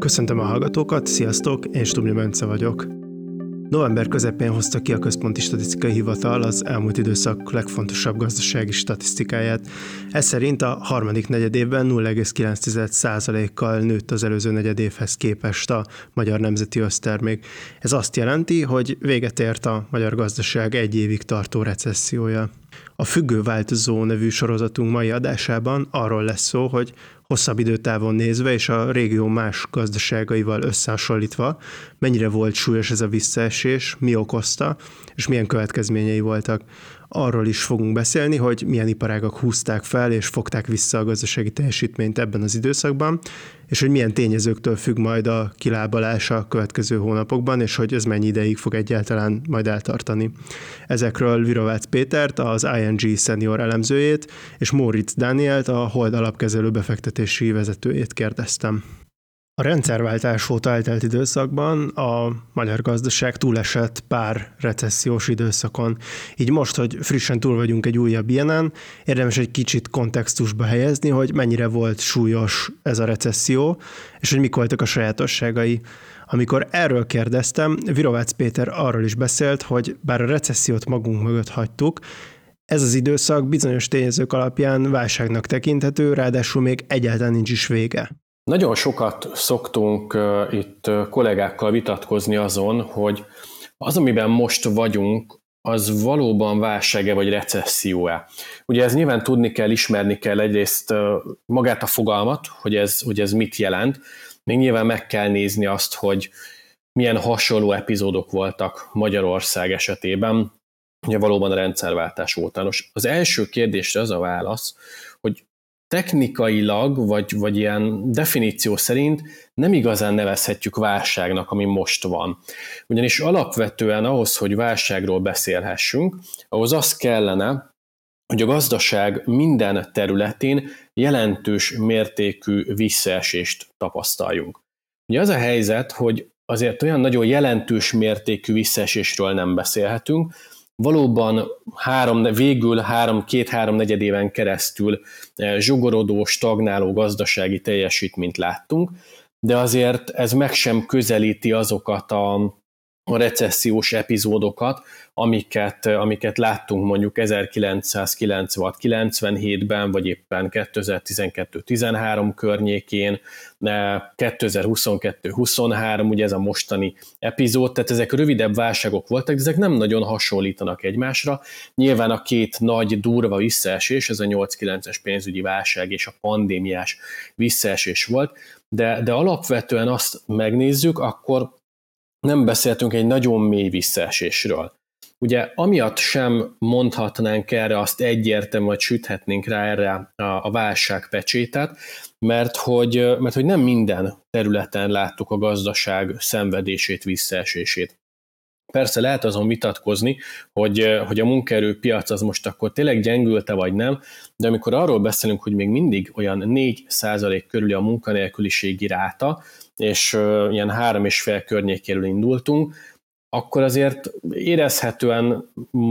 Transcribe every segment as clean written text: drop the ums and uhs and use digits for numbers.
Köszöntöm a hallgatókat, sziasztok, én Stubni Bence vagyok. November közepén hozta ki a Központi Statisztikai Hivatal az elmúlt időszak legfontosabb gazdasági statisztikáját. Ez szerint a harmadik negyedévben 0,9%-kal nőtt az előző negyedévhez képest a magyar nemzeti össztermék. Ez azt jelenti, hogy véget ért a magyar gazdaság egy évig tartó recessziója. A Függő változó nevű sorozatunk mai adásában arról lesz szó, hogy hosszabb időtávon nézve és a régió más gazdaságaival összehasonlítva mennyire volt súlyos ez a visszaesés, mi okozta, és milyen következményei voltak. Arról is fogunk beszélni, hogy milyen iparágak húzták fel és fogták vissza a gazdasági teljesítményt ebben az időszakban, és hogy milyen tényezőktől függ majd a kilábalás a következő hónapokban, és hogy ez mennyi ideig fog egyáltalán majd eltartani. Ezekről Virovácz Pétert, az ING senior elemzőjét, és Móricz Dánielt, a Hold alapkezelő befektetési vezetőjét kérdeztem. A rendszerváltás óta eltelt időszakban a magyar gazdaság túlesett pár recessziós időszakon. Így most, hogy frissen túl vagyunk egy újabb ilyenen, érdemes egy kicsit kontextusba helyezni, hogy mennyire volt súlyos ez a recesszió, és hogy mik voltak a sajátosságai. Amikor erről kérdeztem, Virovácz Péter arról is beszélt, hogy bár a recessziót magunk mögött hagytuk, ez az időszak bizonyos tényezők alapján válságnak tekinthető, ráadásul még egyáltalán nincs is vége. Nagyon sokat szoktunk itt kollégákkal vitatkozni azon, hogy az, amiben most vagyunk, az valóban válság-e vagy recesszió-e. Ugye ez nyilván tudni kell, ismerni kell egyrészt magát a fogalmat, hogy ez mit jelent, még nyilván meg kell nézni azt, hogy milyen hasonló epizódok voltak Magyarország esetében, ugye valóban a rendszerváltás óta. Nos, az első kérdésre az a válasz, hogy technikailag, vagy ilyen definíció szerint nem igazán nevezhetjük válságnak, ami most van. Ugyanis alapvetően ahhoz, hogy válságról beszélhessünk, ahhoz az kellene, hogy a gazdaság minden területén jelentős mértékű visszaesést tapasztaljunk. Ugye az a helyzet, hogy azért olyan nagyon jelentős mértékű visszaesésről nem beszélhetünk, valóban két-három negyed éven keresztül zsugorodó, stagnáló gazdasági teljesítményt láttunk, de azért ez meg sem közelíti azokat a recessziós epizódokat, amiket láttunk mondjuk 1996-97-ben, vagy éppen 2012-13 környékén, 2022-23, ugye ez a mostani epizód, tehát ezek rövidebb válságok voltak, de ezek nem nagyon hasonlítanak egymásra. Nyilván a két nagy durva visszaesés, ez a 8-9-es pénzügyi válság és a pandémiás visszaesés volt, de alapvetően azt megnézzük, akkor nem beszéltünk egy nagyon mély visszaesésről. Ugye amiatt sem mondhatnánk erre azt egyértelműen, vagy süthetnénk rá erre a válság pecsétet, mert hogy nem minden területen láttuk a gazdaság szenvedését, visszaesését. Persze lehet azon vitatkozni, hogy a munkaerőpiac az most akkor tényleg gyengülte vagy nem, de amikor arról beszélünk, hogy még mindig olyan 4% körüli a munkanélküliségi ráta, és ilyen 3,5 környékéről indultunk, akkor azért érezhetően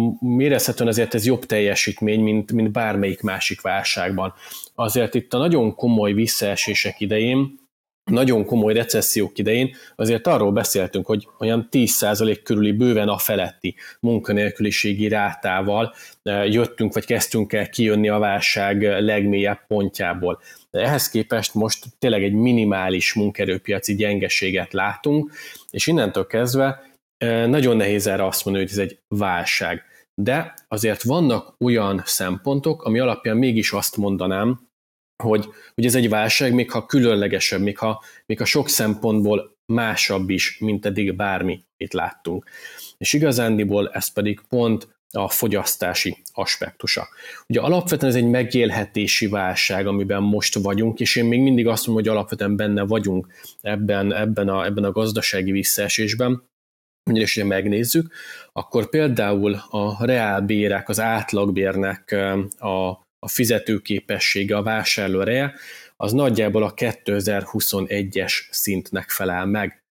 azért ez jobb teljesítmény, mint bármelyik másik válságban. Azért itt a nagyon komoly visszaesések idején, nagyon komoly recessziók idején azért arról beszéltünk, hogy olyan 10% körüli bőven a feletti munkanélküliségi rátával jöttünk, vagy kezdtünk el kijönni a válság legmélyebb pontjából. De ehhez képest most tényleg egy minimális munkaerőpiaci gyengeséget látunk, és innentől kezdve nagyon nehéz erre azt mondani, hogy ez egy válság. De azért vannak olyan szempontok, ami alapján mégis azt mondanám, hogy ez egy válság, még ha különlegesebb, még ha sok szempontból másabb is, mint eddig bármi, itt láttunk. És igazándiból ez pedig pont a fogyasztási aspektusa. Ugye alapvetően ez egy megélhetési válság, amiben most vagyunk, és én még mindig azt mondom, hogy alapvetően benne vagyunk ebben a gazdasági visszaesésben. Ugyanis, ha megnézzük, akkor például a reálbérek, az átlagbérnek a fizetőképessége, a vásárlóereje, az nagyjából a 2021-es szintnek felel meg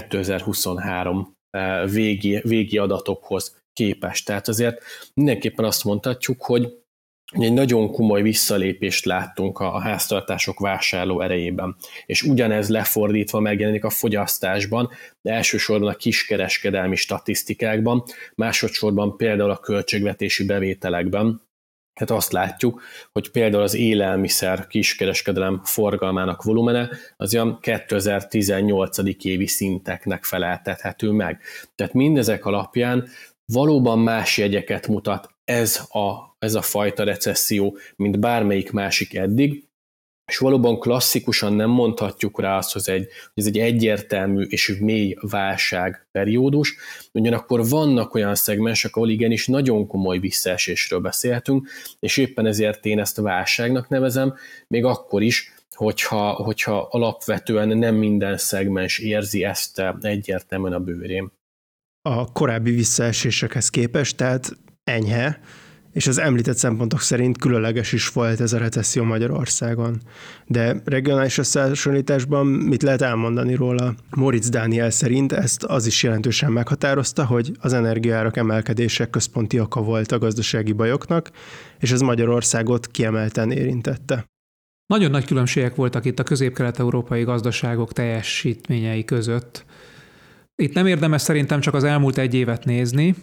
2023 végi adatokhoz képest. Tehát azért mindenképpen azt mondhatjuk, hogy egy nagyon komoly visszalépést láttunk a háztartások vásárló erejében. És ugyanez lefordítva megjelenik a fogyasztásban, de elsősorban a kiskereskedelmi statisztikákban, másodszorban például a költségvetési bevételekben. Tehát azt látjuk, hogy például az élelmiszer kiskereskedelem forgalmának volumene az olyan 2018. évi szinteknek feleltethető meg. Tehát mindezek alapján valóban más jegyeket mutat ez a fajta recesszió, mint bármelyik másik eddig, és valóban klasszikusan nem mondhatjuk rá azt, hogy ez egy egyértelmű és mély válságperiódus, ugyanakkor vannak olyan szegmensek, ahol igenis nagyon komoly visszaesésről beszélhetünk, és éppen ezért én ezt a válságnak nevezem, még akkor is, hogyha alapvetően nem minden szegmens érzi ezt egyértelműen a bőrén. A korábbi visszaesésekhez képest, tehát enyhe, és az említett szempontok szerint különleges is volt ez a recesszió Magyarországon. De regionális összehasonlításban mit lehet elmondani róla? Móricz Dániel szerint ezt az is jelentősen meghatározta, hogy az energiaárak emelkedése központi oka volt a gazdasági bajoknak, és ez Magyarországot kiemelten érintette. Nagyon nagy különbségek voltak itt a közép-kelet-európai gazdaságok teljesítményei között. Itt nem érdemes szerintem csak az elmúlt egy évet nézni,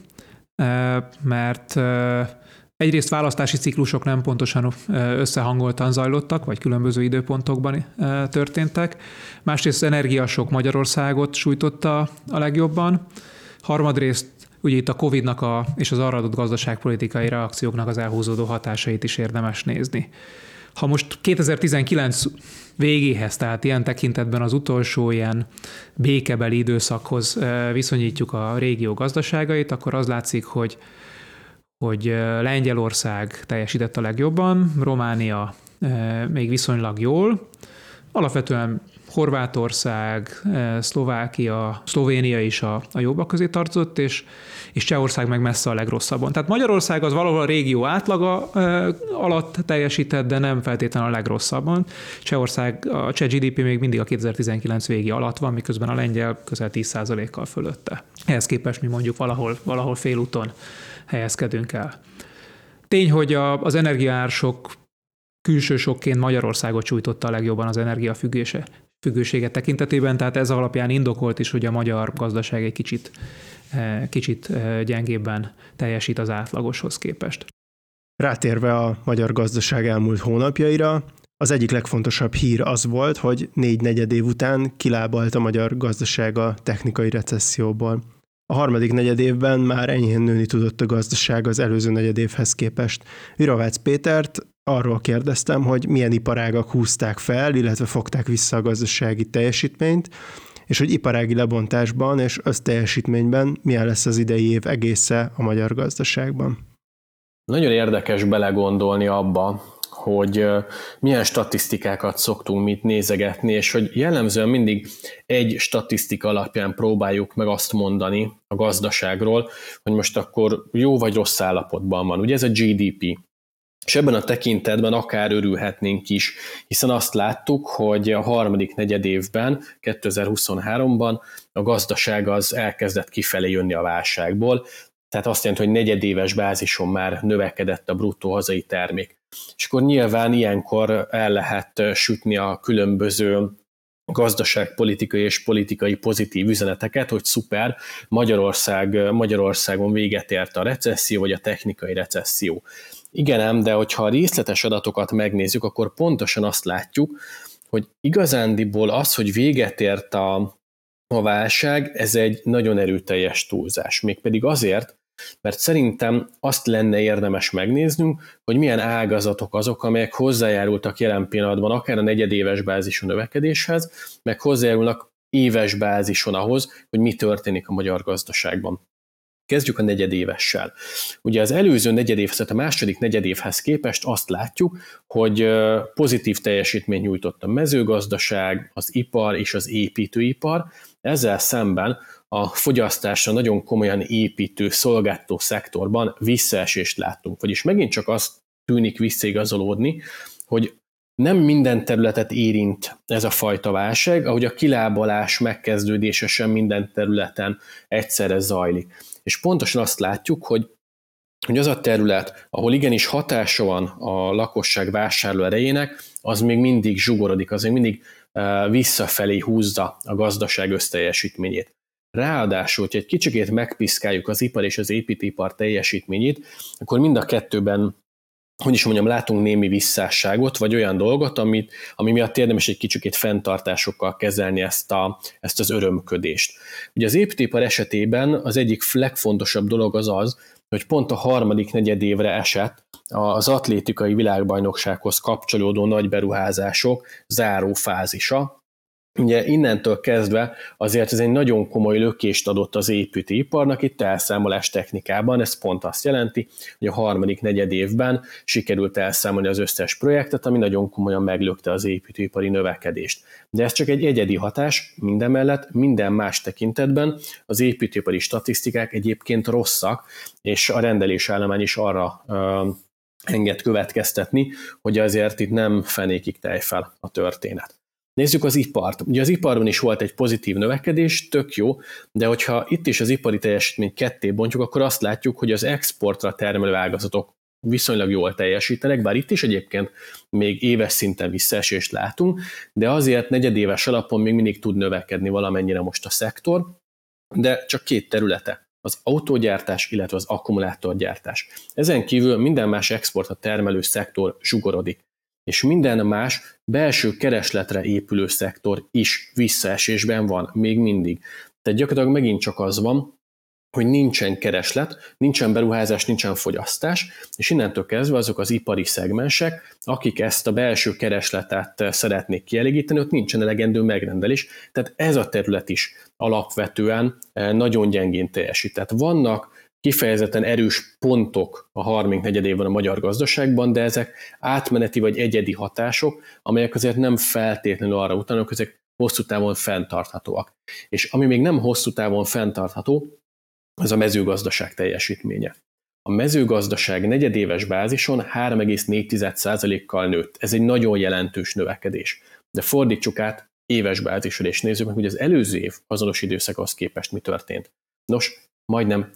mert egyrészt választási ciklusok nem pontosan összehangoltan zajlottak, vagy különböző időpontokban történtek. Másrészt az energiasok Magyarországot sújtotta a legjobban. Harmadrészt ugye itt a Covid-nak és az arra adott gazdaságpolitikai reakcióknak az elhúzódó hatásait is érdemes nézni. Ha most 2019 végéhez, tehát ilyen tekintetben az utolsó ilyen békebeli időszakhoz viszonyítjuk a régió gazdaságait, akkor az látszik, hogy Lengyelország teljesített a legjobban, Románia még viszonylag jól, alapvetően Horvátország, Szlovákia, Szlovénia is a jobbak közé tartozott, és Csehország meg messze a legrosszabban. Tehát Magyarország az valahol a régió átlaga alatt teljesített, de nem feltétlenül a legrosszabban. A cseh GDP még mindig a 2019 végi alatt van, miközben a lengyel közel 10%-kal fölötte. Ehhez képest mi mondjuk valahol félúton helyezkedünk el. Tény, hogy az energiaársok külső sokként Magyarországot sújtotta a legjobban az energiafüggősége tekintetében, tehát ez alapján indokolt is, hogy a magyar gazdaság egy kicsit gyengébben teljesít az átlagoshoz képest. Rátérve a magyar gazdaság elmúlt hónapjaira, az egyik legfontosabb hír az volt, hogy 4 év után kilábalt a magyar gazdaság a technikai recesszióból. A harmadik negyedévben már enyhén nőni tudott a gazdaság az előző negyedévhez képest. Virovácz Pétert arról kérdeztem, hogy milyen iparágak húzták fel, illetve fogták vissza a gazdasági teljesítményt, és hogy iparági lebontásban és összteljesítményben milyen lesz az idei év egésze a magyar gazdaságban. Nagyon érdekes belegondolni abba, hogy milyen statisztikákat szoktunk mit nézegetni, és hogy jellemzően mindig egy statisztika alapján próbáljuk meg azt mondani a gazdaságról, hogy most akkor jó vagy rossz állapotban van. Ugye ez a GDP. És ebben a tekintetben akár örülhetnénk is, hiszen azt láttuk, hogy a harmadik negyedévben, 2023-ban a gazdaság az elkezdett kifelé jönni a válságból, tehát azt jelenti, hogy negyedéves bázison már növekedett a bruttó hazai termék. És akkor nyilván ilyenkor el lehet sütni a különböző gazdaságpolitikai és politikai pozitív üzeneteket, hogy szuper, Magyarországon véget ért a recesszió, vagy a technikai recesszió. Igen ám, de hogyha a részletes adatokat megnézzük, akkor pontosan azt látjuk, hogy igazándiból az, hogy véget ért a válság, ez egy nagyon erőteljes túlzás. Mégpedig azért, mert szerintem azt lenne érdemes megnéznünk, hogy milyen ágazatok azok, amelyek hozzájárultak jelen pillanatban akár a negyedéves bázison növekedéshez, meg hozzájárulnak éves bázison ahhoz, hogy mi történik a magyar gazdaságban. Kezdjük a negyedévessel. Ugye az előző negyedév, tehát a második negyedévhez képest azt látjuk, hogy pozitív teljesítményt nyújtott a mezőgazdaság, az ipar és az építőipar. Ezzel szemben a fogyasztásra nagyon komolyan építő, szolgáltató szektorban visszaesést láttunk. Vagyis megint csak azt tűnik visszaigazolódni, hogy nem minden területet érint ez a fajta válság, ahogy a kilábalás megkezdődése sem minden területen egyszerre zajlik. És pontosan azt látjuk, hogy hogy az a terület, ahol igenis hatása van a lakosság vásárló erejének, az még mindig zsugorodik, az még mindig visszafelé húzza a gazdaság összteljesítményét. Ráadásul, hogyha egy kicsikét megpiszkáljuk az ipar és az építőipar teljesítményét, akkor mind a kettőben, hogy is mondjam, látunk némi visszásságot, vagy olyan dolgot, ami miatt érdemes egy kicsikét fenntartásokkal kezelni ezt az örömködést. Ugye az építőipar esetében az egyik legfontosabb dolog az, hogy pont a harmadik negyedévre esett az atlétikai világbajnoksághoz kapcsolódó nagy beruházások záró fázisa. Ugye innentől kezdve azért ez egy nagyon komoly lökést adott az építőiparnak itt elszámolás technikában, ez pont azt jelenti, hogy a harmadik negyedévben sikerült elszámolni az összes projektet, ami nagyon komolyan meglökte az építőipari növekedést. De ez csak egy egyedi hatás, mindemellett minden más tekintetben az építőipari statisztikák egyébként rosszak, és a rendelésállomány is arra enged következtetni, hogy azért itt nem fenékig tejfel a történet. Nézzük az ipart. Ugye az iparban is volt egy pozitív növekedés, tök jó, de hogyha itt is az ipari teljesítményt ketté bontjuk, akkor azt látjuk, hogy az exportra termelő ágazatok viszonylag jól teljesítenek, bár itt is egyébként még éves szinten visszaesést látunk, de azért negyedéves alapon még mindig tud növekedni valamennyire most a szektor, de csak két területe, az autógyártás, illetve az akkumulátorgyártás. Ezen kívül minden más exportra termelő szektor zsugorodik, és minden más belső keresletre épülő szektor is visszaesésben van, még mindig. Tehát gyakorlatilag megint csak az van, hogy nincsen kereslet, nincsen beruházás, nincsen fogyasztás, és innentől kezdve azok az ipari szegmensek, akik ezt a belső keresletet szeretnék kielégíteni, ott nincsen elegendő megrendelés, tehát ez a terület is alapvetően nagyon gyengén teljesít. Tehát vannak kifejezetten erős pontok a harmadik negyedévben a magyar gazdaságban, de ezek átmeneti vagy egyedi hatások, amelyek azért nem feltétlenül arra utalnak, hogy ezek hosszú távon fenntarthatóak. És ami még nem hosszú távon fenntartható, az a mezőgazdaság teljesítménye. A mezőgazdaság negyedéves bázison 3,4%-kal nőtt. Ez egy nagyon jelentős növekedés. De fordítsuk át éves bázisra, és nézzük meg, hogy az előző év azonos időszakhoz képest mi történt. Nos, majdnem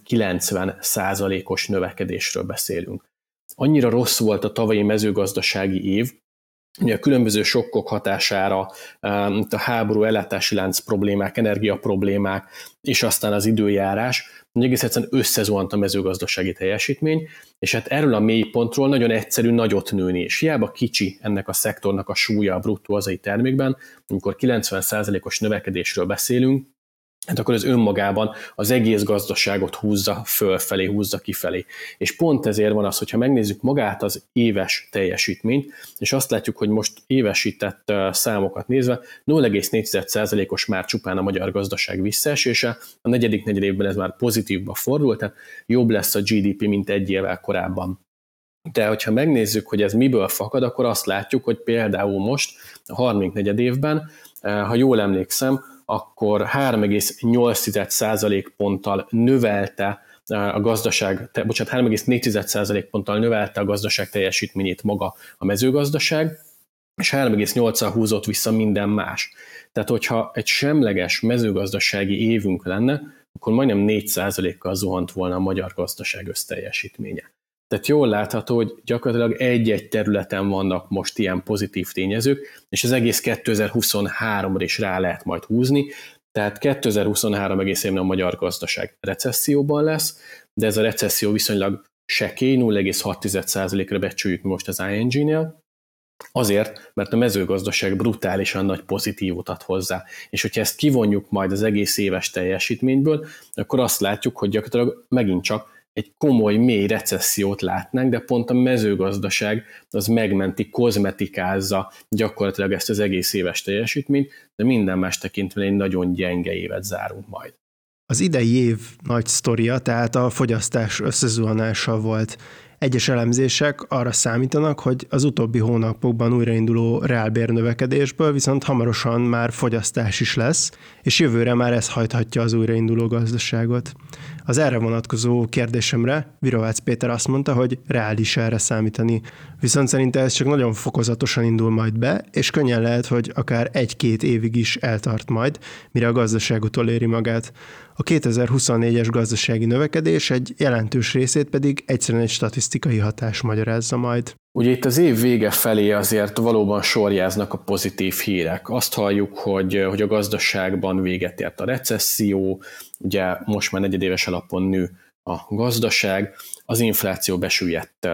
90%-os növekedésről beszélünk. Annyira rossz volt a tavalyi mezőgazdasági év, hogy a különböző sokkok hatására, a háború, ellátási lánc problémák, energia problémák, és aztán az időjárás, hogy egész egyszerűen összezuhant a mezőgazdasági teljesítmény, és hát erről a mélypontról nagyon egyszerű nagyot nőni, és hiába kicsi ennek a szektornak a súlya a bruttó hazai termékben, amikor 90%-os növekedésről beszélünk, hát akkor az önmagában az egész gazdaságot húzza fölfelé, húzza kifelé. És pont ezért van az, hogyha megnézzük magát az éves teljesítményt, és azt látjuk, hogy most évesített számokat nézve 0,4%-os már csupán a magyar gazdaság visszaesése, a negyedik negyedévben ez már pozitívba fordult, tehát jobb lesz a GDP, mint egy évvel korábban. De hogyha megnézzük, hogy ez miből fakad, akkor azt látjuk, hogy például most a harmadik negyedévben, ha jól emlékszem, akkor 3,8% ponttal növelte a gazdaság, 3,4% ponttal növelte a gazdaság teljesítményét maga a mezőgazdaság, és 3,8-al húzott vissza minden más. Tehát, hogyha egy semleges mezőgazdasági évünk lenne, akkor majdnem 4%-kal zuhant volna a magyar gazdaság összteljesítménye. Tehát jól látható, hogy gyakorlatilag egy-egy területen vannak most ilyen pozitív tényezők, és az egész 2023-ra is rá lehet majd húzni, tehát 2023 egész évben a magyar gazdaság recesszióban lesz, de ez a recesszió viszonylag sekély, 0,6%-ra becsüljük most az ING-nél, azért, mert a mezőgazdaság brutálisan nagy pozitívot ad hozzá. És hogyha ezt kivonjuk majd az egész éves teljesítményből, akkor azt látjuk, hogy gyakorlatilag megint csak egy komoly, mély recessziót látnánk, de pont a mezőgazdaság az megmenti, kozmetikázza gyakorlatilag ezt az egész éves teljesítményt, de minden más tekintve egy nagyon gyenge évet zárunk majd. Az idei év nagy sztoria, tehát a fogyasztás összezuhanása volt. Egyes elemzések arra számítanak, hogy az utóbbi hónapokban újrainduló reálbérnövekedésből viszont hamarosan már fogyasztás is lesz, és jövőre már ez hajthatja az újrainduló gazdaságot. Az erre vonatkozó kérdésemre Virovácz Péter azt mondta, hogy reális erre számítani, viszont szerinte ez csak nagyon fokozatosan indul majd be, és könnyen lehet, hogy akár 1-2 évig is eltart majd, mire a gazdaság utoléri magát. A 2024-es gazdasági növekedés egy jelentős részét pedig egyszerűen egy statisztikai hatás magyarázza majd. Ugye itt az év vége felé azért valóban sorjáznak a pozitív hírek. Azt halljuk, hogy a gazdaságban véget ért a recesszió, ugye most már negyedéves alapon nő a gazdaság, az infláció besüllyedt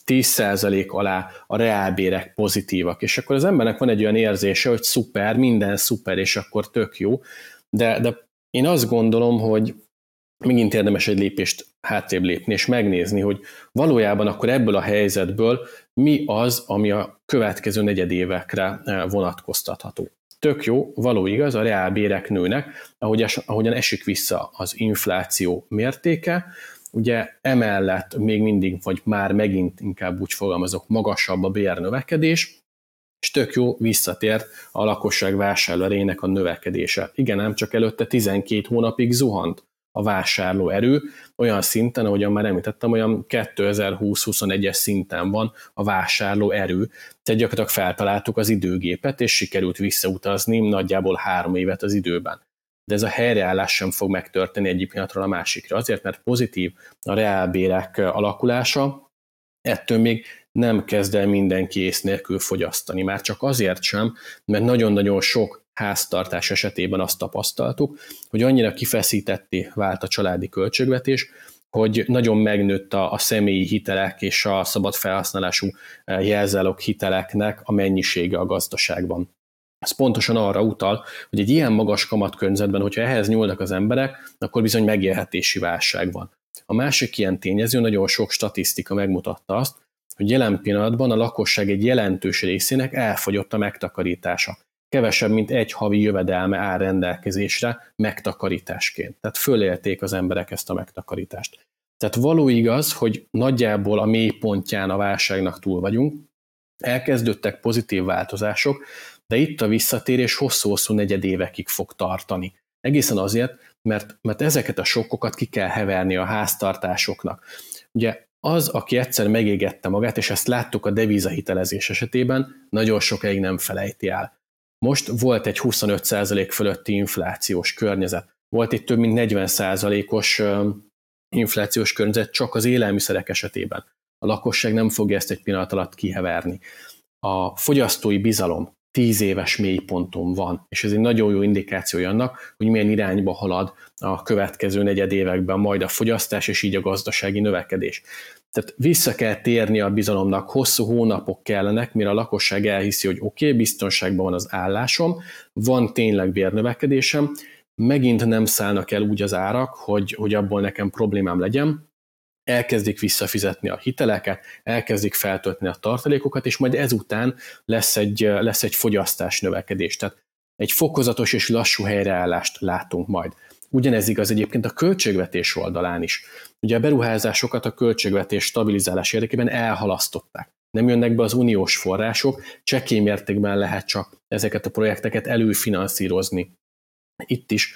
10% alá, a reálbérek pozitívak, és akkor az embernek van egy olyan érzése, hogy szuper, minden szuper, és akkor tök jó, de én azt gondolom, hogy megint érdemes egy lépést hátrébb lépni, és megnézni, hogy valójában akkor ebből a helyzetből mi az, ami a következő negyedévekre vonatkoztatható. Tök jó, való igaz, a reálbérek nőnek, ahogyan esik vissza az infláció mértéke, ugye emellett még mindig, vagy már megint inkább úgy fogalmazok, magasabb a bérnövekedés, és tök jó, visszatért a lakosság vásárlóerejének a növekedése. Igen, ám csak előtte 12 hónapig zuhant a vásárlóerő, olyan szinten, ahogyan már említettem, olyan 2020-21-es szinten van a vásárlóerő. Tehát gyakorlatilag feltaláltuk az időgépet, és sikerült visszautazni nagyjából 3 évet az időben. De ez a helyreállás sem fog megtörténni egyik pillanatról a másikra. Azért, mert pozitív a reálbérek alakulása, ettől még nem kezd el mindenki ész nélkül fogyasztani. Már csak azért sem, mert nagyon-nagyon sok háztartás esetében azt tapasztaltuk, hogy annyira kifeszítetté vált a családi költségvetés, hogy nagyon megnőtt a személyi hitelek és a szabad felhasználású jelzálog hiteleknek a mennyisége a gazdaságban. Ez pontosan arra utal, hogy egy ilyen magas kamatkörnyezetben, hogyha ehhez nyúlnak az emberek, akkor bizony megélhetési válság van. A másik ilyen tényező, nagyon sok statisztika megmutatta azt, hogy jelen pillanatban a lakosság egy jelentős részének elfogyott a megtakarítása. Kevesebb, mint 1 havi jövedelme áll rendelkezésre megtakarításként. Tehát fölélték az emberek ezt a megtakarítást. Tehát való igaz, hogy nagyjából a mélypontján a válságnak túl vagyunk, elkezdődtek pozitív változások, de itt a visszatérés hosszú-hosszú negyedévekig fog tartani. Egészen azért, mert ezeket a sokkokat ki kell heverni a háztartásoknak. Ugye az, aki egyszer megégette magát, és ezt láttuk a devizahitelezés esetében, nagyon sokáig nem felejti el. Most volt egy 25% fölötti inflációs környezet, volt egy több mint 40%-os inflációs környezet csak az élelmiszerek esetében. A lakosság nem fogja ezt egy pillanat alatt kiheverni. A fogyasztói bizalom 10 éves mélyponton van, és ez egy nagyon jó indikációja annak, hogy milyen irányba halad a következő negyedévekben majd a fogyasztás, és így a gazdasági növekedés. Tehát vissza kell térni a bizalomnak, hosszú hónapok kellenek, mire a lakosság elhiszi, hogy oké, biztonságban van az állásom, van tényleg bérnövekedésem, megint nem szállnak el úgy az árak, hogy abból nekem problémám legyen, elkezdik visszafizetni a hiteleket, elkezdik feltölteni a tartalékokat, és majd ezután lesz egy fogyasztás növekedés. Tehát egy fokozatos és lassú helyreállást látunk majd. Ugyanez igaz egyébként a költségvetés oldalán is. Ugye a beruházásokat a költségvetés stabilizálás érdekében elhalasztották. Nem jönnek be az uniós források, csekély mértékben lehet csak ezeket a projekteket előfinanszírozni. Itt is,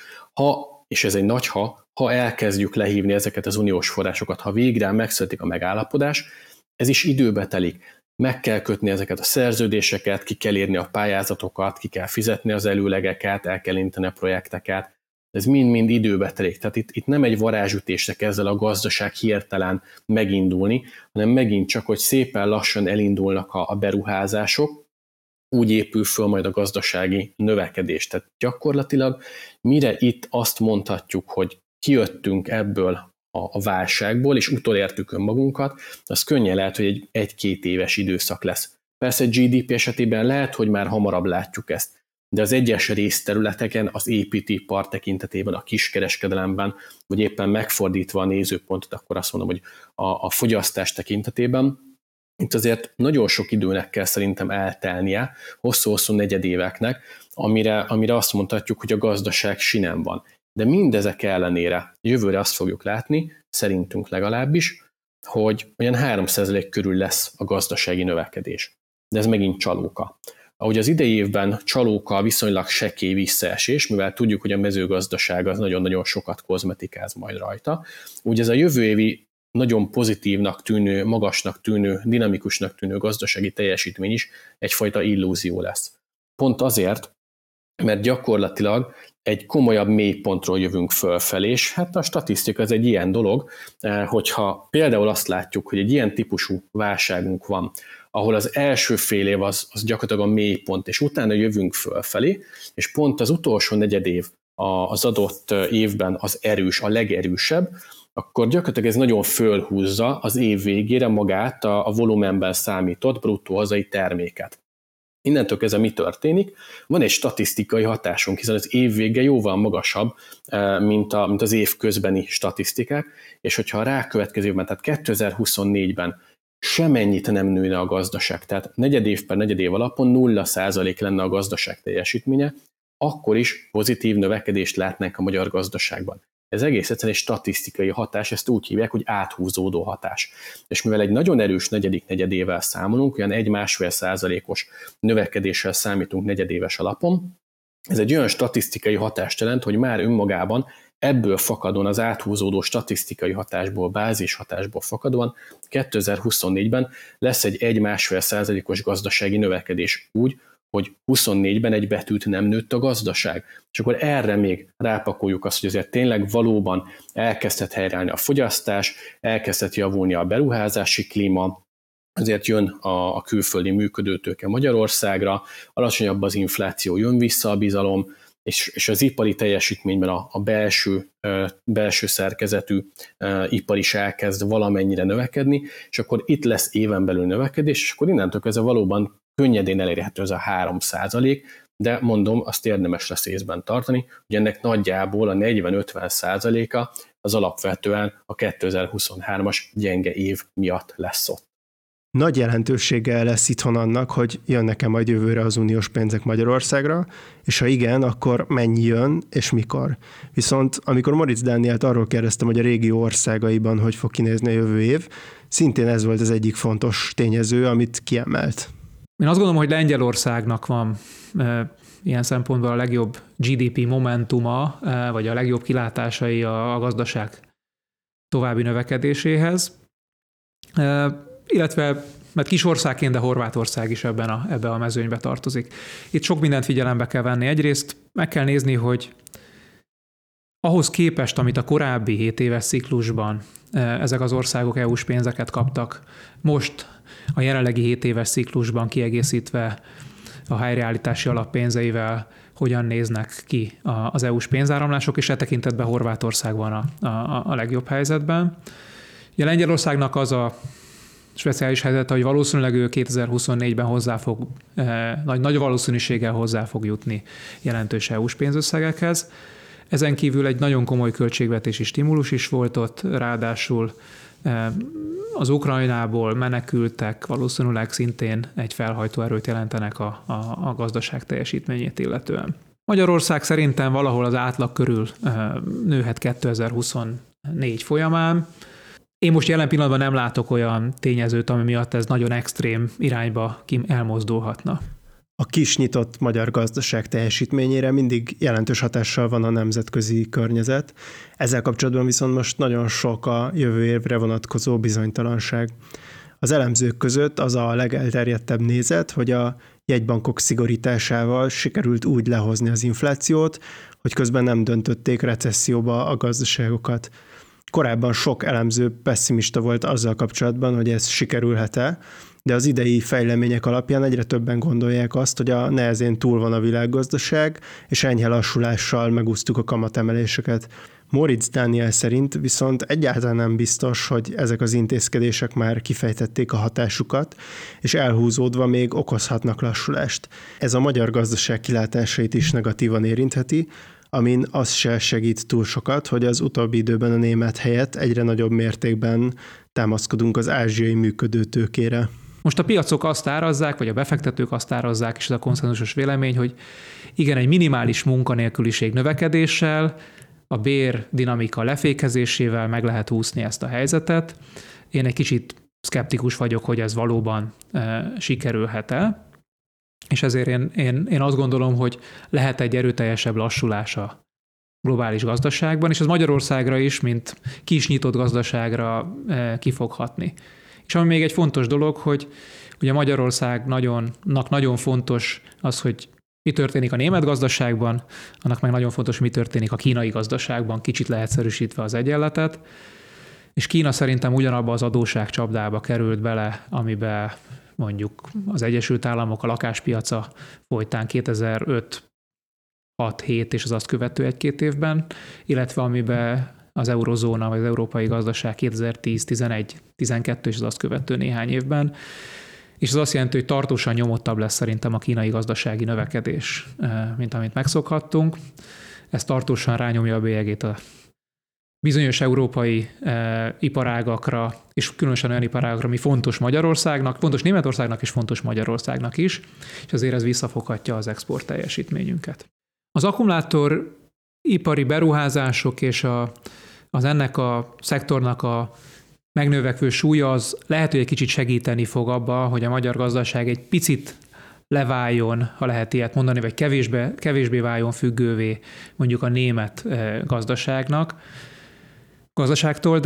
és ez egy nagy ha elkezdjük lehívni ezeket az uniós forrásokat, ha végre megszületik a megállapodás, ez is időbe telik. Meg kell kötni ezeket a szerződéseket, ki kell írni a pályázatokat, ki kell fizetni az előlegeket, el kell inteni a projekteket. Ez mind-mind időbe telik. Tehát itt nem egy varázsütésre kezd el a gazdaság hirtelen megindulni, hanem megint csak, hogy szépen lassan elindulnak a beruházások, úgy épül föl majd a gazdasági növekedés. Tehát gyakorlatilag mire itt azt mondhatjuk, hogy kijöttünk ebből a válságból, és utolértük önmagunkat, az könnyen lehet, hogy egy 1-2 éves időszak lesz. Persze GDP esetében lehet, hogy már hamarabb látjuk ezt, de az egyes részterületeken, az építőipar tekintetében, a kiskereskedelemben, vagy éppen megfordítva a nézőpontot, akkor azt mondom, hogy a fogyasztás tekintetében, itt azért nagyon sok időnek kell szerintem eltelnie, hosszú-hosszú negyedéveknek, amire azt mondhatjuk, hogy a gazdaság sinen van. De mindezek ellenére jövőre azt fogjuk látni, szerintünk legalábbis, hogy olyan 3% körül lesz a gazdasági növekedés. De ez megint csalóka. Ahogy az idei évben csalóka viszonylag sekély visszaesés, mivel tudjuk, hogy a mezőgazdaság az nagyon-nagyon sokat kozmetikáz majd rajta, úgy ez a jövő évi nagyon pozitívnak tűnő, magasnak tűnő, dinamikusnak tűnő gazdasági teljesítmény is egyfajta illúzió lesz. Pont azért, mert gyakorlatilag egy komolyabb mélypontról jövünk fölfelé, és hát a statisztika ez egy ilyen dolog, hogyha például azt látjuk, hogy egy ilyen típusú válságunk van, ahol az első fél év az gyakorlatilag a mélypont, és utána jövünk fölfelé, és pont az utolsó negyedév az adott évben az erős, a legerősebb, akkor gyakorlatilag ez nagyon fölhúzza az év végére magát a volumenben számított bruttó hazai terméket. Innentől kezdve mi történik? Van egy statisztikai hatásunk, hiszen az év vége jóval magasabb, mint az év közbeni statisztikák, és hogyha a rákövetkező évben, tehát 2024-ben semennyit nem nőne a gazdaság, tehát negyedév per negyedév alapon 0% lenne a gazdaság teljesítménye, akkor is pozitív növekedést látnánk a magyar gazdaságban. Ez egész egyszerűen egy statisztikai hatás, ezt úgy hívják, hogy áthúzódó hatás. És mivel egy nagyon erős negyedik negyedével számolunk, olyan 1-1,5%-os növekedéssel számítunk negyedéves alapon, ez egy olyan statisztikai hatást jelent, hogy már önmagában ebből fakadóan az áthúzódó statisztikai hatásból, bázis hatásból fakadóan 2024-ben lesz egy 1-1,5%-os gazdasági növekedés úgy, hogy 24-ben egy betűt nem nőtt a gazdaság. És akkor erre még rápakoljuk azt, hogy azért tényleg valóban elkezdett helyreállni a fogyasztás, elkezdett javulni a beruházási klíma, azért jön a külföldi működőtőke Magyarországra, alacsonyabb az infláció, jön vissza a bizalom, és az ipari teljesítményben a belső szerkezetű ipar is elkezd valamennyire növekedni, és akkor itt lesz éven belül növekedés, és akkor innentől kezdve valóban könnyedén elérhető ez a 3%, de mondom, azt érdemes lesz észben tartani, hogy ennek nagyjából a 40-50%-a az alapvetően a 2023-as gyenge év miatt lesz ott. Nagy jelentőséggel lesz itthon annak, hogy jönnek-e majd jövőre az uniós pénzek Magyarországra, és ha igen, akkor mennyi jön, és mikor. Viszont amikor Moric Dánielt arról kérdeztem, hogy a régió országaiban hogy fog kinézni a jövő év, szintén ez volt az egyik fontos tényező, amit kiemelt. Én azt gondolom, hogy Lengyelországnak van ilyen szempontból a legjobb GDP momentuma, vagy a legjobb kilátásai a gazdaság további növekedéséhez. Illetve, mert kis országként, de Horvátország is ebbe a mezőnybe tartozik. Itt sok mindent figyelembe kell venni. Egyrészt meg kell nézni, hogy ahhoz képest, amit a korábbi 7 éves ciklusban ezek az országok EU-s pénzeket kaptak, most a jelenlegi 7 éves ciklusban kiegészítve a helyreállítási alap pénzeivel hogyan néznek ki az EU-s pénzáramlások, és e tekintetben Horvátország van a legjobb helyzetben. Ugye Lengyelországnak az a speciális helyzet, hogy valószínűleg ő 2024-ben nagy valószínűséggel hozzá fog jutni jelentős EU-s pénzösszegekhez. Ezen kívül egy nagyon komoly költségvetési stimulus is volt ott, ráadásul az Ukrajnából menekültek valószínűleg szintén egy felhajtó erőt jelentenek a gazdaság teljesítményét illetően. Magyarország szerintem valahol az átlag körül nőhet 2024 folyamán. Én most jelen pillanatban nem látok olyan tényezőt, ami miatt ez nagyon extrém irányba elmozdulhatna. A kis nyitott magyar gazdaság teljesítményére mindig jelentős hatással van a nemzetközi környezet. Ezzel kapcsolatban viszont most nagyon sok a jövő évre vonatkozó bizonytalanság. Az elemzők között az a legelterjedtebb nézet, hogy a jegybankok szigorításával sikerült úgy lehozni az inflációt, hogy közben nem döntötték recesszióba a gazdaságokat. Korábban sok elemző pesszimista volt azzal kapcsolatban, hogy ez sikerülhet-e, de az idei fejlemények alapján egyre többen gondolják azt, hogy a nehezén túl van a világgazdaság, és enyhe lassulással megúsztuk a kamatemeléseket. Moric Dániel szerint viszont egyáltalán nem biztos, hogy ezek az intézkedések már kifejtették a hatásukat, és elhúzódva még okozhatnak lassulást. Ez a magyar gazdaság kilátásait is negatívan érintheti, amin az se segít túl sokat, hogy az utóbbi időben a német helyett egyre nagyobb mértékben támaszkodunk az ázsiai működőtőkére. Most a piacok azt árazzák, vagy a befektetők azt árazzák, és ez a konszenzusos vélemény, hogy igen, egy minimális munkanélküliség növekedéssel, a bér dinamika lefékezésével meg lehet úszni ezt a helyzetet, Én egy kicsit szkeptikus vagyok, hogy ez valóban sikerülhet-e, és ezért én azt gondolom, hogy lehet egy erőteljesebb lassulás a globális gazdaságban, és ez Magyarországra is, mint kis nyitott gazdaságra ki fog hatni. És ami még egy fontos dolog, hogy ugye Magyarországnak nagyon fontos az, hogy mi történik a német gazdaságban, annak meg nagyon fontos, mi történik a kínai gazdaságban, kicsit leegyszerűsítve az egyenletet, és Kína szerintem ugyanabba az adósságcsapdába került bele, amiben mondjuk az Egyesült Államok a lakáspiaca folytán 2005 6-7 és az azt követő 1-2 évben, illetve amiben az eurozóna vagy az európai gazdaság 2010, 11, 12 és az azt követő néhány évben. És ez azt jelenti, hogy tartósan nyomottabb lesz szerintem a kínai gazdasági növekedés, mint amit megszokhattunk. Ez tartósan rányomja a bélyegét a bizonyos európai iparágakra, és különösen olyan iparágakra, ami fontos Magyarországnak, fontos Németországnak és fontos Magyarországnak is, és azért ez visszafoghatja az export teljesítményünket. Az akkumulátoripari beruházások és az ennek a szektornak a megnövekvő súlya az lehet, hogy egy kicsit segíteni fog abba, hogy a magyar gazdaság egy picit leváljon, ha lehet ilyet mondani, vagy kevésbé váljon függővé mondjuk a német gazdaságtól,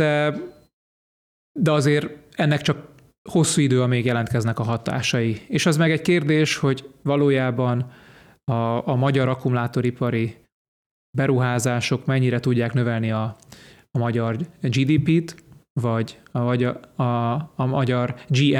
de azért ennek csak hosszú idő, amíg jelentkeznek a hatásai. És az meg egy kérdés, hogy valójában a magyar akkumulátoripari beruházások mennyire tudják növelni a magyar GDP-t, vagy a magyar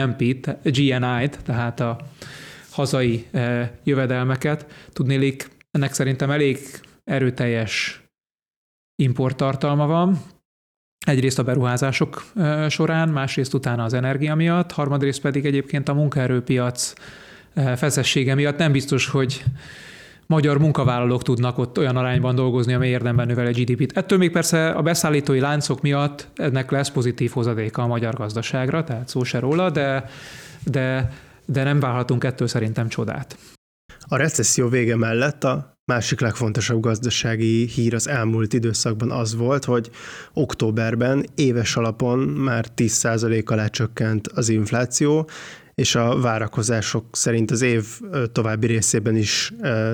GNI-t, tehát a hazai jövedelmeket. Tudnélik, ennek szerintem elég erőteljes importtartalma van. Egyrészt a beruházások során, másrészt utána az energia miatt, harmadrészt pedig egyébként a munkaerőpiac feszessége miatt nem biztos, hogy magyar munkavállalók tudnak ott olyan arányban dolgozni, amely érdemben növel a GDP-t. Ettől még persze a beszállítói láncok miatt ennek lesz pozitív hozadéka a magyar gazdaságra, tehát szó se róla, de nem várhatunk ettől szerintem csodát. A recesszió vége mellett a másik legfontosabb gazdasági hír az elmúlt időszakban az volt, hogy októberben éves alapon már 10% alá csökkent az infláció, és a várakozások szerint az év további részében is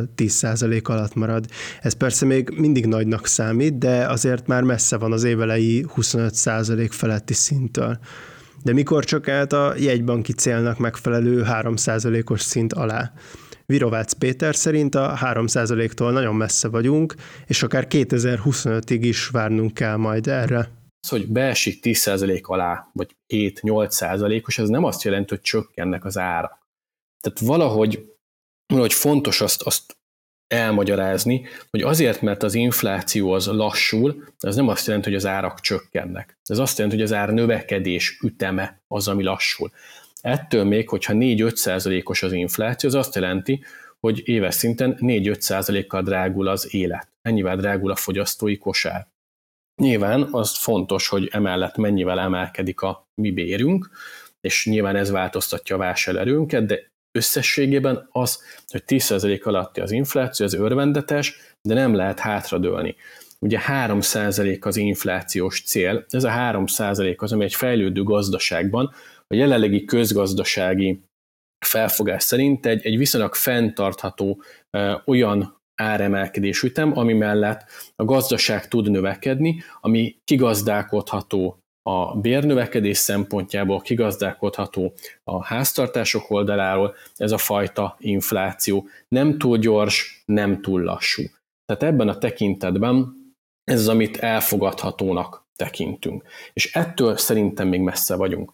10% alatt marad. Ez persze még mindig nagynak számít, de azért már messze van az évelei 25% feletti szinttől. De mikor csökkent a jegybanki célnak megfelelő 3%-os szint alá? Virovácz Péter szerint a 3%-tól nagyon messze vagyunk, és akár 2025-ig is várnunk kell majd erre. Az, hogy beesik 10% alá, vagy 7-8%-os, ez nem azt jelenti, hogy csökkennek az árak. Tehát valahogy fontos azt elmagyarázni, hogy azért, mert az infláció az lassul, ez nem azt jelenti, hogy az árak csökkennek. Ez azt jelenti, hogy az ár növekedés üteme az, ami lassul. Ettől még, hogyha 4-5%-os az infláció, az azt jelenti, hogy éves szinten 4-5%-kal drágul az élet. Ennyivel drágul a fogyasztói kosár. Nyilván az fontos, hogy emellett mennyivel emelkedik a mi bérünk, és nyilván ez változtatja a vásárlóerőnket, de összességében az, hogy 10% alatti az infláció, az örvendetes, de nem lehet hátradőlni. Ugye 3% az inflációs cél, ez a 3% az, ami egy fejlődő gazdaságban a jelenlegi közgazdasági felfogás szerint egy viszonylag fenntartható olyan áremelkedés ütem, ami mellett a gazdaság tud növekedni, ami kigazdálkodható a bérnövekedés szempontjából, kigazdálkodható a háztartások oldaláról, ez a fajta infláció nem túl gyors, nem túl lassú. Tehát ebben a tekintetben ez az, amit elfogadhatónak tekintünk. És ettől szerintem még messze vagyunk.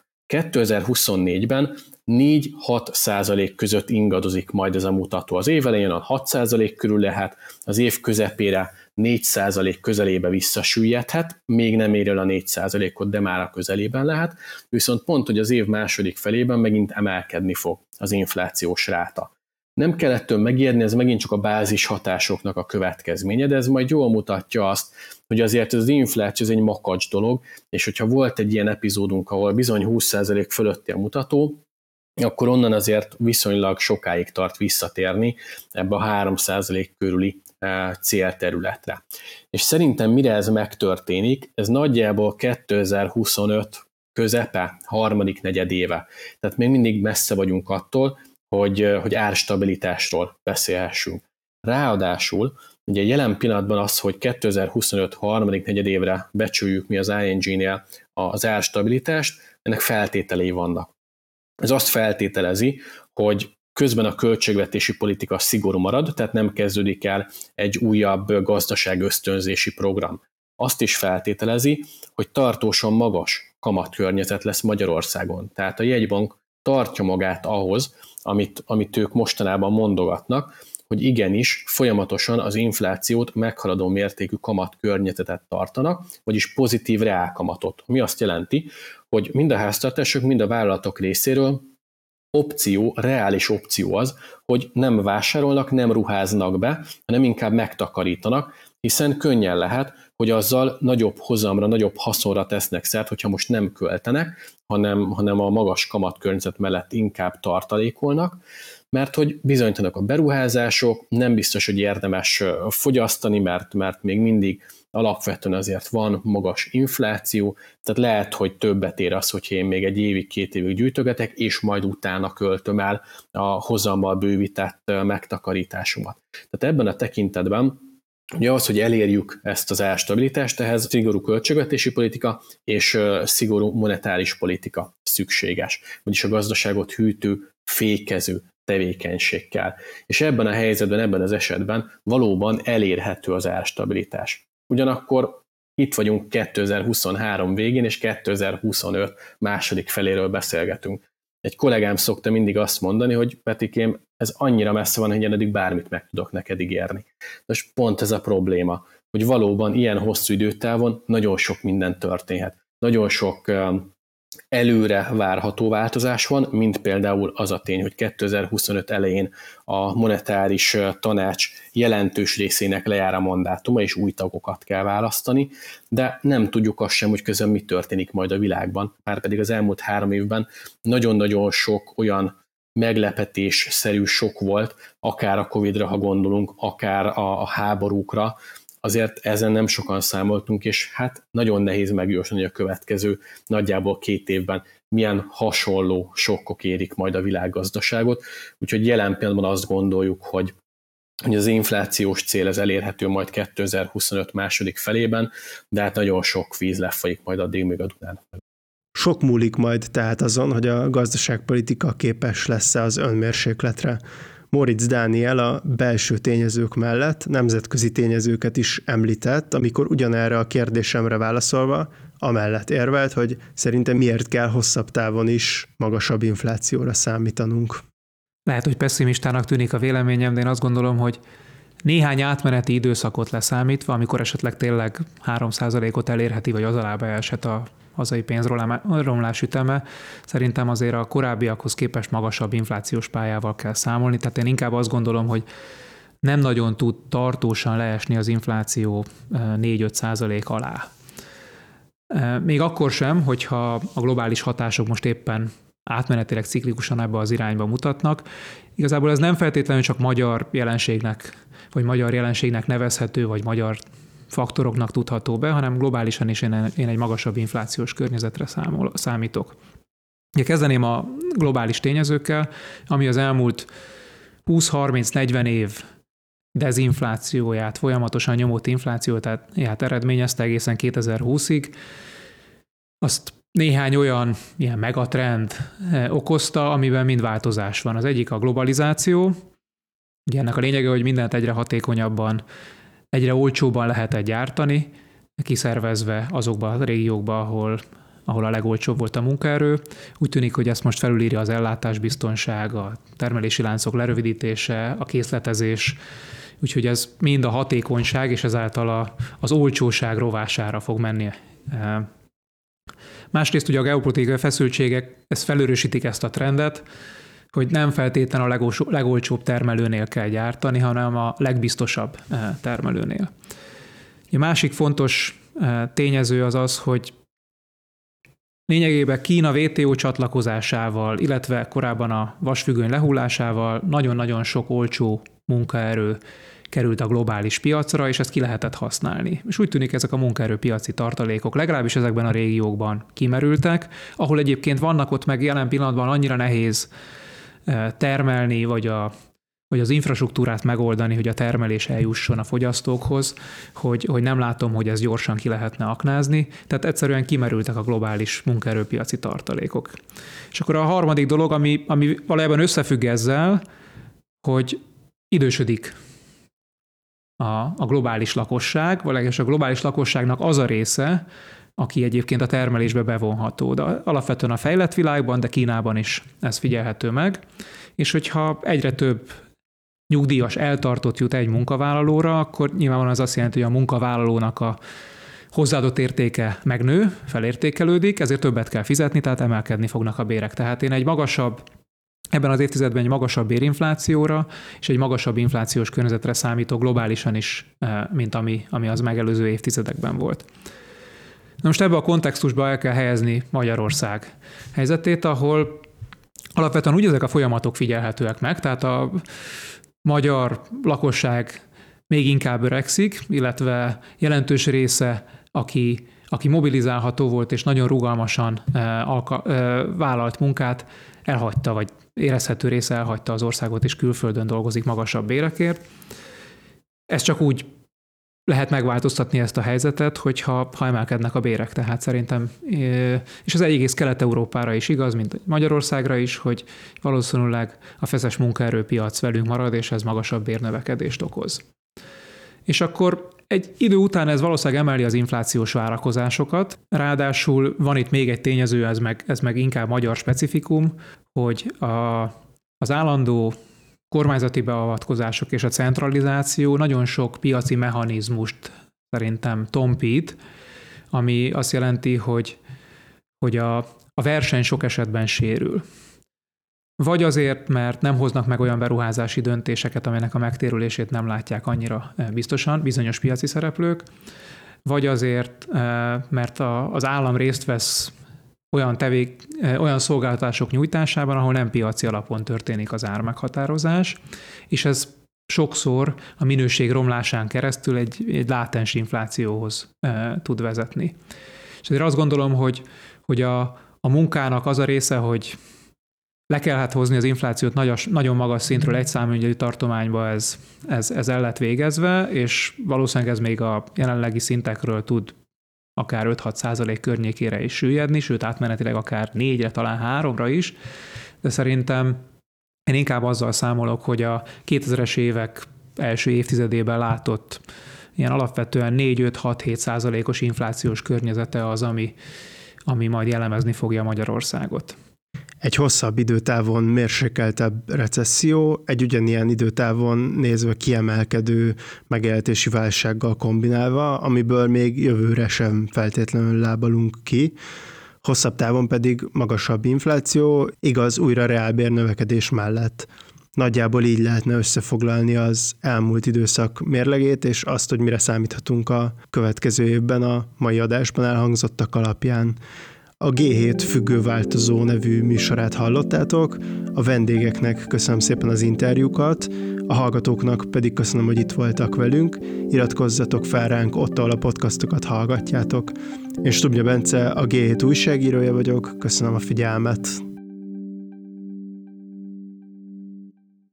2024-ben 4-6% között ingadozik majd ez a mutató. Az év elején a 6% körül lehet, az év közepére 4% közelébe visszasüllyedhet, még nem ér el a 4%-ot, de már a közelében lehet, viszont pont, hogy az év második felében megint emelkedni fog az inflációs ráta. Nem kell ettől megijedni, ez megint csak a bázis hatásoknak a következménye, de ez majd jól mutatja azt, hogy azért az infláció egy makacs dolog, és hogyha volt egy ilyen epizódunk, ahol bizony 20% fölötti a mutató, akkor onnan azért viszonylag sokáig tart visszatérni ebbe a 3% körüli célterületre. És szerintem mire ez megtörténik, ez nagyjából 2025 közepe, harmadik negyedéve. Tehát még mindig messze vagyunk attól, hogy árstabilitásról beszélhessünk. Ráadásul ugye jelen pillanatban az, hogy 2025 harmadik negyedévre becsüljük mi az ING-nél az árstabilitást, ennek feltételei vannak. Ez azt feltételezi, hogy közben a költségvetési politika szigorú marad, tehát nem kezdődik el egy újabb gazdaságösztönzési program. Azt is feltételezi, hogy tartósan magas kamatkörnyezet lesz Magyarországon. Tehát a jegybank tartja magát ahhoz, amit ők mostanában mondogatnak, hogy igenis folyamatosan az inflációt meghaladó mértékű kamatkörnyezetet tartanak, vagyis pozitív reálkamatot. Mi azt jelenti, hogy mind a háztartások, mind a vállalatok részéről reális opció az, hogy nem vásárolnak, nem ruháznak be, hanem inkább megtakarítanak, hiszen könnyen lehet, hogy azzal nagyobb hozamra, nagyobb haszonra tesznek szert, hogyha most nem költenek, hanem a magas kamatkörnyezet mellett inkább tartalékolnak, mert hogy bizonytalanok a beruházások, nem biztos, hogy érdemes fogyasztani, mert még mindig alapvetően azért van magas infláció, tehát lehet, hogy többet ér az, hogyha én még egy évig, 2 évig gyűjtögetek, és majd utána költöm el a hozammal bővített megtakarításomat. Tehát ebben a tekintetben ugye az, hogy elérjük ezt az árstabilitást, ehhez szigorú költségvetési politika és szigorú monetáris politika szükséges, vagyis a gazdaságot hűtő, fékező tevékenység kell. És ebben a helyzetben, ebben az esetben valóban elérhető az árstabilitás. Ugyanakkor itt vagyunk 2023 végén, és 2025 második feléről beszélgetünk. Egy kollégám szokta mindig azt mondani, hogy Petikém, ez annyira messze van, hogy én eddig bármit meg tudok neked ígérni. Most pont ez a probléma, hogy valóban ilyen hosszú időtávon nagyon sok minden történhet. Nagyon sok előre várható változás van, mint például az a tény, hogy 2025 elején a monetáris tanács jelentős részének lejár a mandátuma, és új tagokat kell választani, de nem tudjuk azt sem, hogy közben mi történik majd a világban. Márpedig az elmúlt 3 évben nagyon-nagyon sok olyan meglepetésszerű sok volt, akár a Covid-ra, ha gondolunk, akár a háborúkra, azért ezen nem sokan számoltunk, és hát nagyon nehéz megjósolni, hogy a következő nagyjából 2 évben milyen hasonló sokkok érik majd a világgazdaságot. Úgyhogy jelen pillanatban azt gondoljuk, hogy az inflációs cél ez elérhető majd 2025 második felében, de hát nagyon sok víz lefolyik majd addig még a Dunán. Sok múlik majd tehát azon, hogy a gazdaságpolitika képes lesz-e az önmérsékletre. Móricz Dániel a belső tényezők mellett nemzetközi tényezőket is említett, amikor ugyanerre a kérdésemre válaszolva amellett érvelt, hogy szerintem miért kell hosszabb távon is magasabb inflációra számítanunk. Lehet, hogy pessimistának tűnik a véleményem, de én azt gondolom, hogy néhány átmeneti időszakot leszámítva, amikor esetleg tényleg 3%-ot elérheti, vagy az alá beeshet a hazai pénzromlás üteme, szerintem azért a korábbiakhoz képest magasabb inflációs pályával kell számolni, tehát én inkább azt gondolom, hogy nem nagyon tud tartósan leesni az infláció 4-5% alá. Még akkor sem, hogyha a globális hatások most éppen átmenetileg ciklikusan ebbe az irányba mutatnak. Igazából ez nem feltétlenül csak magyar jelenségnek, vagy magyar jelenségnek nevezhető, vagy magyar faktoroknak tudható be, hanem globálisan is én egy magasabb inflációs környezetre számítok. Ugye kezdeném a globális tényezőkkel, ami az elmúlt 20-30-40 év dezinflációját, folyamatosan nyomott inflációját eredményezte egészen 2020-ig. Azt néhány olyan ilyen megatrend okozta, amiben mind változás van. Az egyik a globalizáció. Ugye ennek a lényege, hogy mindent egyre hatékonyabban, egyre olcsóbban lehet gyártani, kiszervezve azokba a régiókba, ahol a legolcsóbb volt a munkaerő. Úgy tűnik, hogy ezt most felülírja az ellátásbiztonság, a termelési láncok lerövidítése, a készletezés, úgyhogy ez mind a hatékonyság és ezáltal az olcsóság rovására fog menni. Másrészt ugye a geopolitikai feszültségek felőrösítik ezt a trendet, hogy nem feltétlenül a legolcsóbb termelőnél kell gyártani, hanem a legbiztosabb termelőnél. A másik fontos tényező az az, hogy lényegében Kína WTO csatlakozásával, illetve korábban a vasfüggöny lehullásával nagyon-nagyon sok olcsó munkaerő került a globális piacra, és ezt ki lehetett használni. És úgy tűnik, ezek a munkaerőpiaci tartalékok legalábbis ezekben a régiókban kimerültek, ahol egyébként vannak ott meg jelen pillanatban annyira nehéz termelni, vagy az infrastruktúrát megoldani, hogy a termelés eljusson a fogyasztókhoz, hogy nem látom, hogy ez gyorsan ki lehetne aknázni. Tehát egyszerűen kimerültek a globális munkaerőpiaci tartalékok. És akkor a harmadik dolog, ami valójában összefügg ezzel, hogy idősödik a globális lakosság, vagy a globális lakosságnak az a része, aki egyébként a termelésbe bevonható. De alapvetően a fejlett világban, de Kínában is ez figyelhető meg. És hogyha egyre több nyugdíjas eltartott jut egy munkavállalóra, akkor nyilvánvalóan az azt jelenti, hogy a munkavállalónak a hozzáadott értéke megnő, felértékelődik, ezért többet kell fizetni, tehát emelkedni fognak a bérek. Tehát én ebben az évtizedben egy magasabb bérinflációra és egy magasabb inflációs környezetre számítok globálisan is, mint ami az megelőző évtizedekben volt. Na most ebbe a kontextusba el kell helyezni Magyarország helyzetét, ahol alapvetően úgy ezek a folyamatok figyelhetőek meg, tehát a magyar lakosság még inkább öregszik, illetve jelentős része, aki mobilizálható volt és nagyon rugalmasan vállalt munkát, elhagyta, vagy érezhető része elhagyta az országot, és külföldön dolgozik magasabb bérekért. Ez csak úgy lehet megváltoztatni ezt a helyzetet, ha emelkednek a bérek. Tehát szerintem, és az egész Kelet-Európára is igaz, mint Magyarországra is, hogy valószínűleg a feszes munkaerőpiac velünk marad, és ez magasabb bérnövekedést okoz. És akkor egy idő után ez valószínűleg emeli az inflációs várakozásokat. Ráadásul van itt még egy tényező, ez meg inkább magyar specifikum, hogy az állandó kormányzati beavatkozások és a centralizáció nagyon sok piaci mechanizmust szerintem tompít, ami azt jelenti, hogy a verseny sok esetben sérül. Vagy azért, mert nem hoznak meg olyan beruházási döntéseket, amelynek a megtérülését nem látják annyira biztosan bizonyos piaci szereplők, vagy azért, mert az állam részt vesz olyan szolgáltatások nyújtásában, ahol nem piaci alapon történik az ármeghatározás, és ez sokszor a minőség romlásán keresztül egy látens inflációhoz tud vezetni. És ezért azt gondolom, hogy a munkának az a része, hogy le kellett hozni az inflációt nagyon magas szintről egy számjegyű tartományba, ez el lett végezve, és valószínűleg ez még a jelenlegi szintekről tud akár 5-6% környékére is süllyedni, sőt átmenetileg akár 4-re, talán 3-ra is, de szerintem én inkább azzal számolok, hogy a 2000-es évek első évtizedében látott ilyen alapvetően 4-5-6-7%-os inflációs környezete az, ami majd jellemezni fogja Magyarországot. Egy hosszabb időtávon mérsékeltebb recesszió, egy ugyanilyen időtávon nézve kiemelkedő megélhetési válsággal kombinálva, amiből még jövőre sem feltétlenül lábalunk ki. Hosszabb távon pedig magasabb infláció, igaz újra reálbérnövekedés mellett. Nagyjából így lehetne összefoglalni az elmúlt időszak mérlegét, és azt, hogy mire számíthatunk a következő évben a mai adásban elhangzottak alapján. A G7 Függő-változó nevű műsorát hallottátok, a vendégeknek köszönöm szépen az interjúkat, a hallgatóknak pedig köszönöm, hogy itt voltak velünk, iratkozzatok fel ránk ott, ahol a podcastokat hallgatjátok. Én Stubnya Bence, a G7 újságírója vagyok, köszönöm a figyelmet.